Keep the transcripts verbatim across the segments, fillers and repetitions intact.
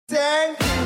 Thank you.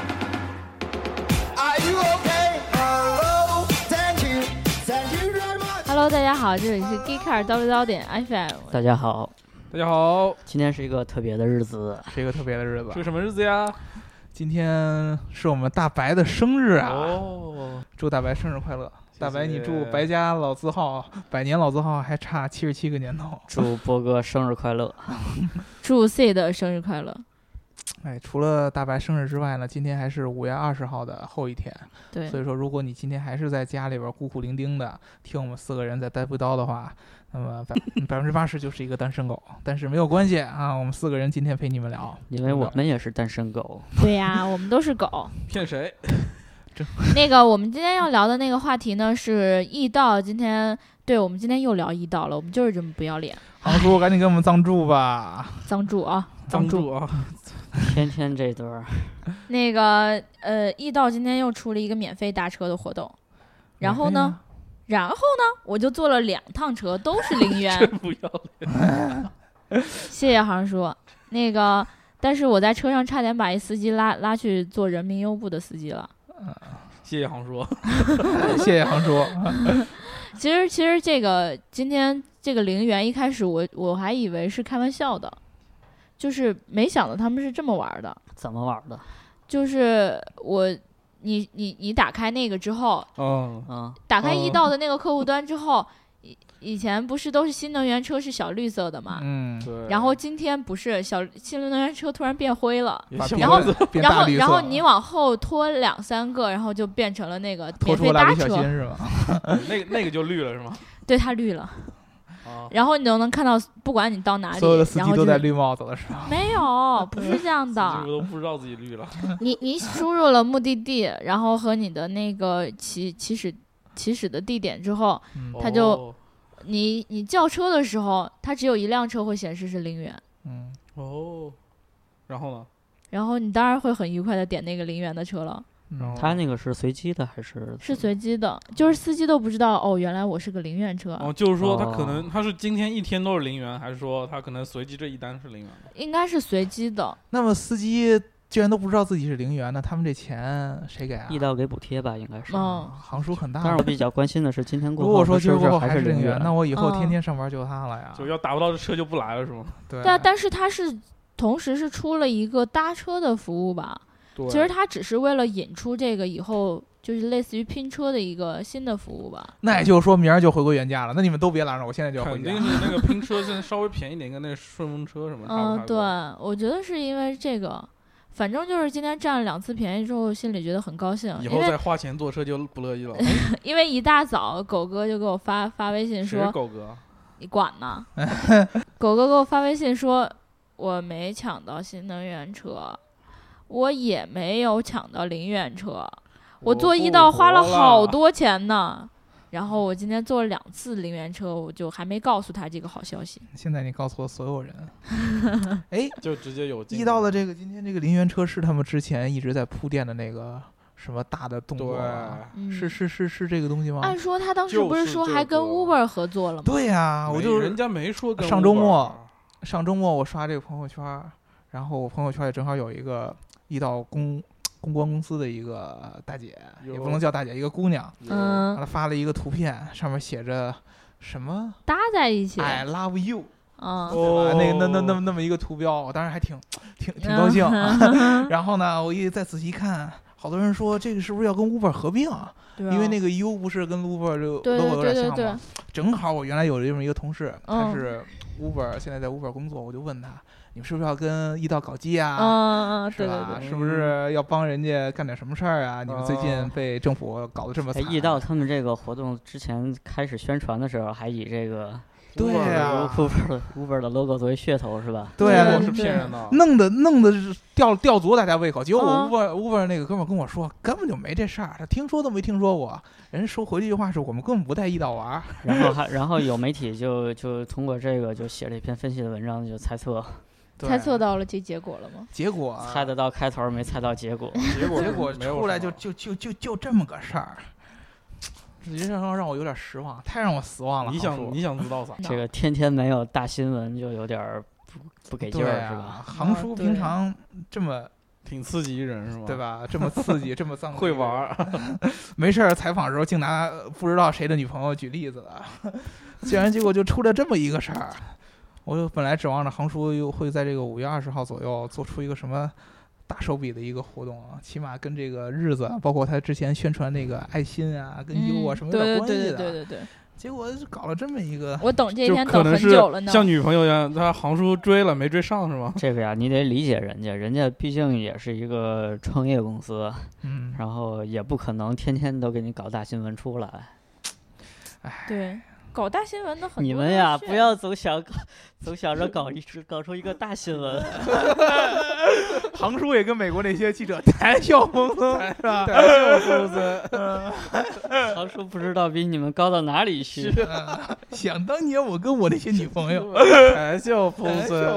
Are you okay? Hello. Thank you. Thank you very much. Hello， 大家好，这里是 Geekcar W 刀点 F M。 大家好， 大家好， 今天是一个特别的日子， 是一个特别的日子。 是个什么日子呀？ 今天是我们大白的生日啊！ 哦， 祝大白生日快乐！ 谢大白，你祝白家老字号百年老字号还差七十七个年头。 祝波哥生日快乐！ 祝 C 的生日快乐！ 哎，除了大白生日之外呢，今天还是五月二十号的后一天。 对， 所以说，如果你今天还是在家里边孤苦伶仃的听我们四个人在带不刀的话，那么百百分之八十就是一个单身狗。但是没有关系啊，我们四个人今天陪你们聊， 因为我们也是单身狗。 对呀、啊，我们都是狗。 骗谁？ 那个，我们今天要聊的那个话题呢是易道。今天，对我们今天又聊易道了，我们就是这么不要脸。 航叔，赶紧给我们藏住吧！ 藏住啊！ 藏住啊！ 天天这段儿。 那个呃，易道今天又出了一个免费搭车的活动，然后呢，然后呢，我就坐了两趟车，都是零元。 真不要脸！ 谢谢航叔。那个，但是我在车上差点把一司机拉拉去做人民优步的司机了。 谢谢航叔， 谢谢航叔。 其实，其实这个今天这个零元，一开始我我还以为是开玩笑的，就是没想到他们是这么玩的。 怎么玩的？ 就是我，你你你打开那个之后， 嗯嗯， 打开易道的那个客户端之后，以以前不是都是新能源车是小绿色的嘛？ 嗯， 对。 然后今天不是小新能源车突然变灰了。 然后，然后， 变大绿色然后你往后拖两三个，然后就变成了那个免费拖出蜡搭车， 笔小新是吧？ 那个那个就绿了是吗？ 对，它绿了。 啊， 然后你都能看到，不管你到哪里， 所有的司然后、就是、 机都戴绿帽子了是吧？ 没有，不是这样的。 我都不知道自己绿了。 你你输入了目的地，然后和你的那个起起始起始的地点之后， 嗯它就、 哦、 你你叫车的时候，它只有一辆车会显示是零元。 嗯， 哦，然后呢？ 然后你当然会很愉快的点那个零元的车了。 嗯， 他那个是随机的还是？ 是随机的，就是司机都不知道哦，原来我是个零元车。 哦，就是说他可能他是今天一天都是零元，还是说他可能随机这一单是零元的？ 应该是随机的。 那么司机既然都不知道自己是零元，那他们这钱谁给啊？ 易道给补贴吧，应该是。 嗯， 行数很大。 但是我比较关心的是今天过后， 如果说今儿过后还是零元， 那我以后天天上班就他了呀。 就要打不到这车就不来了是吗？ 对。 对啊，但是他是同时是出了一个搭车的服务吧？ 对。 其实他只是为了引出这个以后就是类似于拼车的一个新的服务吧。 那也就是说明儿就回归原价了。那你们都别拦着，我现在就要回家。 肯定是那个拼车现在稍微便宜点，跟那个顺风车什么差不嗯， 多。 对，我觉得是因为这个。反正就是今天占了两次便宜之后，心里觉得很高兴。 以后再花钱坐车就不乐意了。 因为一大早狗哥就给我发发微信说：“ 狗哥， 你管呢？”狗哥给我发微信说：“我没抢到新能源车，我也没有抢到零元车，我坐易道花了好多钱呢。”然后我今天坐了两次零元车，我就还没告诉他这个好消息。 现在你告诉了所有人。哎， 就直接有易道的这个今天这个零元车是他们之前一直在铺垫的那个什么大的动作、啊嗯、 是是是是这个东西吗？ 按说他当时不是说还跟 Uber 合作了吗？ 对呀、啊，我就人家没说跟 Uber。 上周末，上周末我刷这个朋友圈，然后我朋友圈里正好有一个易道公。公关公司的一个大姐，也不能叫大姐，一个姑娘， 嗯， 她发了一个图片，上面写着什么搭在一起 ，I love you， 嗯， 对吧？那个那那那那么一个图标，我当时还挺挺挺高兴。 嗯、 然后呢，我一再仔细看，好多人说这个是不是要跟 Uber 合并？ 对啊、 因为那个 U 不是跟 Uber 这个 logo 有点像吗？ 对对对对， 正好我原来有这么一个同事， 嗯、 他是 Uber，现在在 Uber 工作，我就问他。你们是不是要跟易道搞基啊？ 嗯嗯， 是吧？ 对对对， 是不是要帮人家干点什么事儿啊？你们最近被政府搞得这么惨。 易道他们这个活动之前开始宣传的时候，还以这个对呀 Uber 的 Uber 的 logo 作为噱头是吧？ 对啊， 是骗人的， 弄的弄的是吊吊足大家胃口。结果我 Uber、 嗯、 Uber 那个哥们跟我说，根本就没这事儿，他听说都没听说过。人说回这句话是我们根本不带易道玩。 然后还然后有媒体就就通过这个就写了一篇分析的文章，就猜测。 猜测到了这结果了吗？ 结果猜得到开头，没猜到结果。 结果结果出来就就就就就这么个事儿，实际上让我有点失望，太让我失望了。 你想你想知道啥？ 这个天天没有大新闻，就有点不不给劲儿、啊、是吧？ 航叔平常这么挺刺激一人是吗？ 对？吧？这么刺激，这么脏， 会玩儿， 没事儿采访的时候竟拿不知道谁的女朋友举例子了，竟然结果就出了这么一个事儿。我本来指望着航叔又会在这个五月二十号左右做出一个什么大手笔的一个活动啊，起码跟这个日子，包括他之前宣传那个爱心啊、跟优啊什么有点关系的。 对对对对对对。 结果搞了这么一个， 我等这一就天等很可能是久了呢。 像女朋友一样，他航叔追了没追上是吗？ 这个呀，你得理解人家，人家毕竟也是一个创业公司， 嗯， 然后也不可能天天都给你搞大新闻出来。 对，搞大新闻的很多。 你们呀，不要总想总想着搞一搞出一个大新闻。 航叔也跟美国那些记者谈笑风生，是吧？ 谈笑风生， 航叔不知道比你们高到哪里去。 嗯想当年我跟我那些女朋友， 谈笑风生。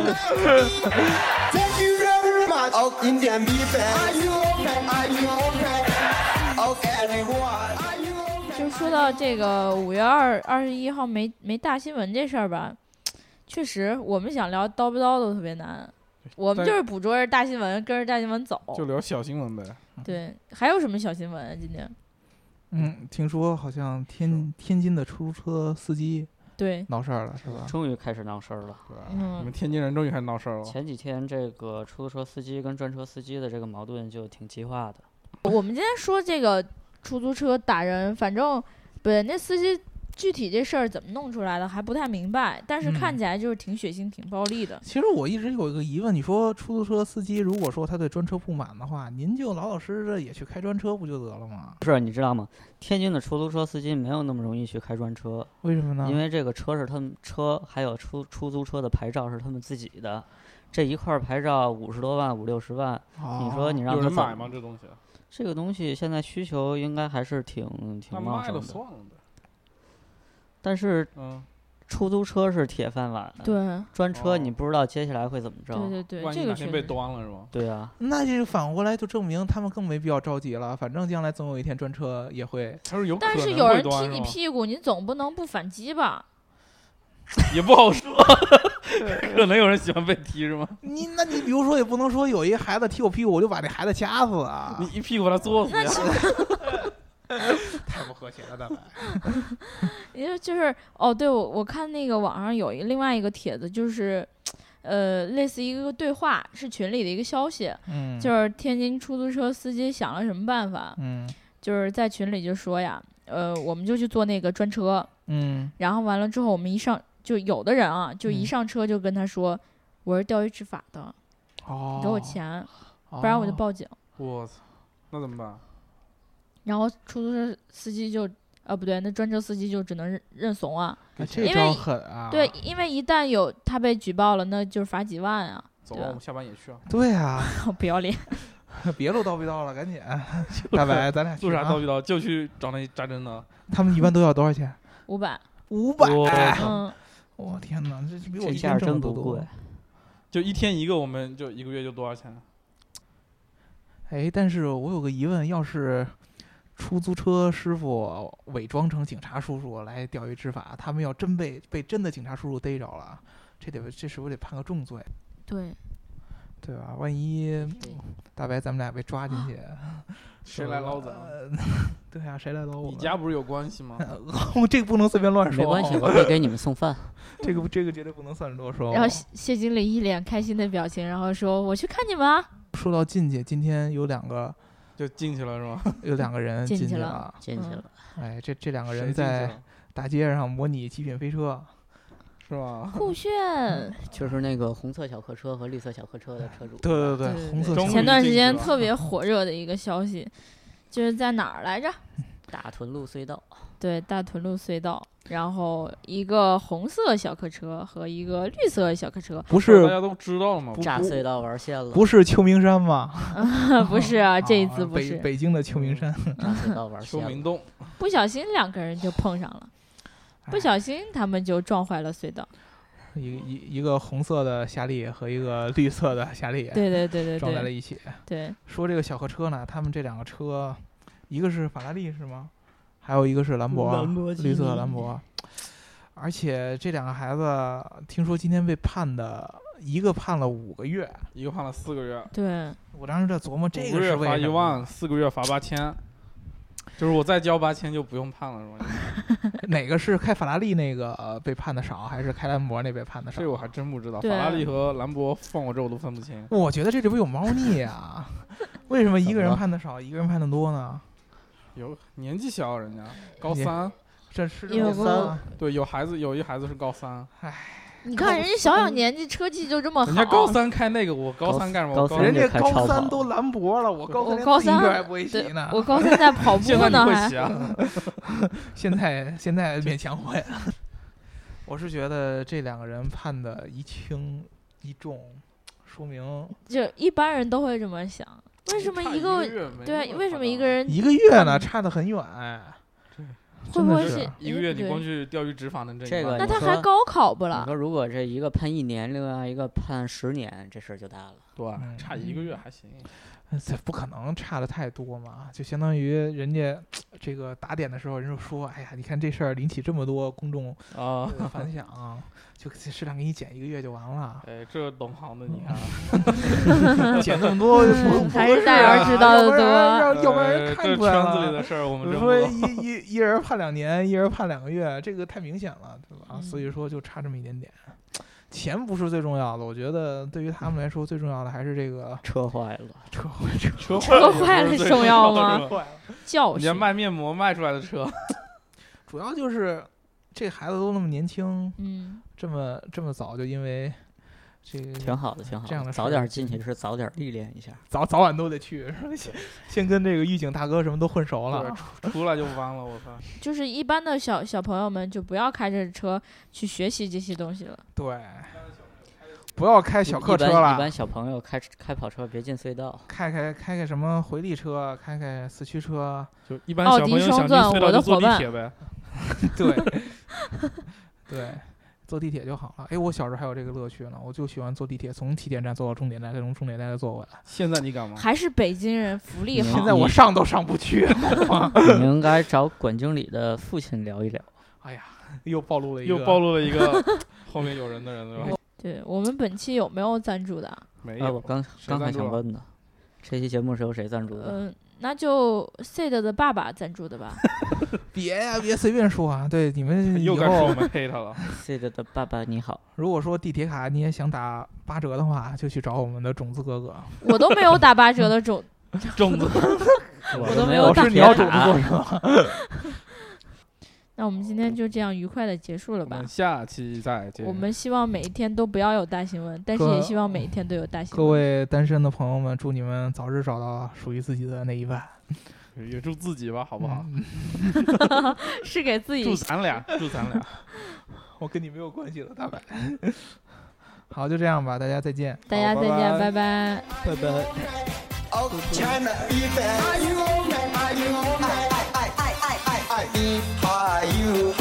Thank you very much. Oh, Indian people. Are you okay? Are you okay? Okay, everyone. Are you okay? 就说到这个五月二二十一号没没大新闻这事儿吧，确实我们想聊叨不叨都特别难。我们就是捕捉着大新闻，跟着大新闻走。 就聊小新闻呗。 对，还有什么小新闻啊？今天？ 嗯，听说好像天天津的出租车司机对闹事儿了，是吧？ 终于开始闹事儿了。 对吧？ 嗯你们天津人终于开始闹事儿了。 前几天这个出租车司机跟专车司机的这个矛盾就挺激化的。 我们今天说这个出租车打人，反正不对，那司机具体这事儿怎么弄出来的还不太明白，但是看起来就是挺血腥、挺暴力的。 其实我一直有一个疑问，你说出租车司机如果说他对专车不满的话，您就老老实实的也去开专车不就得了吗？ 不是，你知道吗？天津的出租车司机没有那么容易去开专车。 为什么呢？ 因为这个车是他们车，还有出出租车的牌照是他们自己的，这一块牌照五十多万、五六十万， 哦、 你说你让他怎么有人买吗？这东西？ 这个东西现在需求应该还是挺挺那卖旺盛的。 了算了呗。 但是嗯， 出租车是铁饭碗， 对， 专车哦你不知道接下来会怎么着。 对对对， 万一这个确实哪天被端了是吗？ 对啊， 那这就反过来就证明他们更没必要着急了，反正将来总有一天专车也会。 他说有可能但是有会人踢你端是吗屁股，你总不能不反击吧？ 也不好说，可能有人喜欢被踢是吗？ 你那你比如说也不能说有一个孩子踢我屁股，我就把那孩子掐死啊！ 你一屁股把他坐死呀！ 太不和谐了，大白。 因为就是哦，对我我看那个网上有一个另外一个帖子，就是，呃，类似一个对话，是群里的一个消息， 嗯， 就是天津出租车司机想了什么办法， 嗯就是在群里就说呀，呃，我们就去坐那个专车， 嗯然后完了之后我们一上，就有的人啊，就一嗯上车就跟他说，我是钓鱼执法的， 哦， 你给我钱，不然我就报警。 我操，那怎么办？ 然后出租车司机就，呃，不对，那专车司机就只能认认怂啊。 哎这因为招狠啊！ 对，因为一旦有他被举报了，那就是罚几万啊。 走啊， 对吧我们下班也去啊。 对啊， 不要脸。 别搂叨逼叨了，赶紧，大白，咱俩去做啥啊叨逼叨？就去找那扎针的。 他们一般都要多少钱？ 五百。 五百。 我嗯， 我天哪，这比我这一天挣价真不的都多贵。。 就一天一个，我们就一个月就多少钱？ 哎，但是我有个疑问，要是出租车师傅伪装成警察叔叔来钓鱼执法，他们要真被被真的警察叔叔逮着了，这得这是不是得判个重罪， 对， 对吧？万一大白咱们俩被抓进去， 谁来捞咱？ 呃对啊，谁来捞我你们？ 家不是有关系吗？ 这个不能随便乱说， 没关系，我可以给你们送饭。 这个这个绝对不能算多说。 然后谢谢经理一脸开心的表情，然后说：“我去看你们啊。 说到进去，今天有两个就进去了是吗？ 有两个人进去进去了了， 进去了， 哎，这这两个谁进去人在了大街上模拟极品飞车， 是吧？ 酷炫！ 就是那个红色小客车和绿色小客车的车主。 对对对对红色小终于前段时进去了间特别火热的一个消息，就是在哪儿来着？ 大屯路隧道。 对，大屯路隧道。然后一个红色小客车和一个绿色小客车， 不大是家都知道了吗？ 炸隧道玩线了。 不是秋名山吗？ 不是啊，这一次啊北不是， 北京的秋名山， 炸隧道玩线了。 秋明洞， 不小心两个人就碰上了，不小心他们就撞坏了隧道。 一一一个红色的夏利和一个绿色的夏利对对对对对撞在了一起。 对， 说这个小客车呢，他们这两个车，一个是法拉利是吗？还有一个是兰博， 兰博基尼绿色的兰博。而且这两个孩子听说今天被判的一个判了五个月， 一个判了四个月。 对， 我当时在琢磨这五个月罚个是为什么一万，四个月罚八千，就是我再交八千就不用判了，是吗？ 哪个是开法拉利那个、呃、被判的少，还是开兰博那被判的少？ 这我还真不知道， 对法拉利和兰博放我这我都分不清。 我觉得这里边有猫腻啊！为什么一个人判的少，一个人判的多呢？ 有年纪小，人家高三， 这是有个对，有孩子，有一孩子是高三。 唉， 你看人家小小年纪车技就这么好， 人家高三开那个，我高三干什么？我高三人家高开超跑三都兰博了，我高三我高三连自行车还不会骑对呢。 我高三在跑步现在你呢，还会骑啊？ 现在现在勉强会了。我是觉得这两个人判的一轻一重，说明就一般人都会这么想。为什么差一个月没对啊？ 那么为什么夸张一个人一个月呢差得很远。 会不会真的是是一个月你对光去钓鱼执法能挣这个一万那你说他还高考不你了？ 说如果这一个判一年，另外一个判十年，这事儿就大了。 对嗯， 差一个月还行。 这不可能差的太多嘛，就相当于人家这个打点的时候，人就说，哎呀，你看这事儿引起这么多公众啊， 呃反响，就适当给你减一个月就完了， 哎，这懂行的你看， 减那么多不不还是合适大姚啊知道的要不然多要要不然人呃看出来这圈子里了。 的事儿我们比如说真不懂。 一一一人判两年，一人判两个月，这个太明显了，对吧？ 嗯所以说就差这么一点点。钱不是最重要的，我觉得对于他们来说最重要的还是这个车坏了， 车祸车车车坏了重要吗是吧坏了。 教训。 人家卖面膜卖出来的车， 主要就是这孩子都那么年轻， 嗯， 这么这么早就因为这个挺好的，挺好的。 这样的事儿早点进去是早点历练一下。 早早晚都得去，是吧先先跟这个狱警大哥什么都混熟了。 对出来就弯了，我操！ 就是一般的小小朋友们就不要开着车去学习这些东西了。 对，不要开小客车一般一了般，小朋友开开跑车别进隧道。 开开开开什么回力车，开开四驱车。 就一般小朋友想进隧道就坐地铁呗。 对对，坐地铁就好了。哎，我小时候还有这个乐趣呢，我就喜欢坐地铁，从起点站坐到终点站，再从终点站再坐回来。 现在你敢吗？ 还是北京人福利嗯好现。在我上都上不去。 你应该找管经理的父亲聊一聊。 哎呀，又暴露了一个， 又暴露了一个后面有人的人，对吧？ 对我们本期有没有赞助的？ 没啊，我有， 刚刚还谁赞助啊想问呢，这期节目是由谁赞助的？ 嗯、那就 Sid 的爸爸赞助的吧。 别呀、别随便说啊！对你们以又该说我后， 们黑他了。 C 的的爸爸你好， 如果说地铁卡你也想打八折的话，就去找我们的种子哥哥。 我都没有打八折的种， 种子， 我都没有没有打是你要种子卡做是吧？ 那我们今天就这样愉快的结束了吧我们？下期再见。 我们希望每一天都不要有大新闻，但是各也希望每一天都有大新各闻。 位单身的朋友们，祝你们早日找到属于自己的那一半， 也祝自己吧，好不好？ 嗯是给自祝己咱俩，祝咱俩。 我跟你没有关系了，大白。好，就这样吧，大家再见。 大家再见， 好拜拜拜拜。 拜拜。 Oh, China people. Are you okay? Are you okay? I, I, I, I, I, I, I. Are you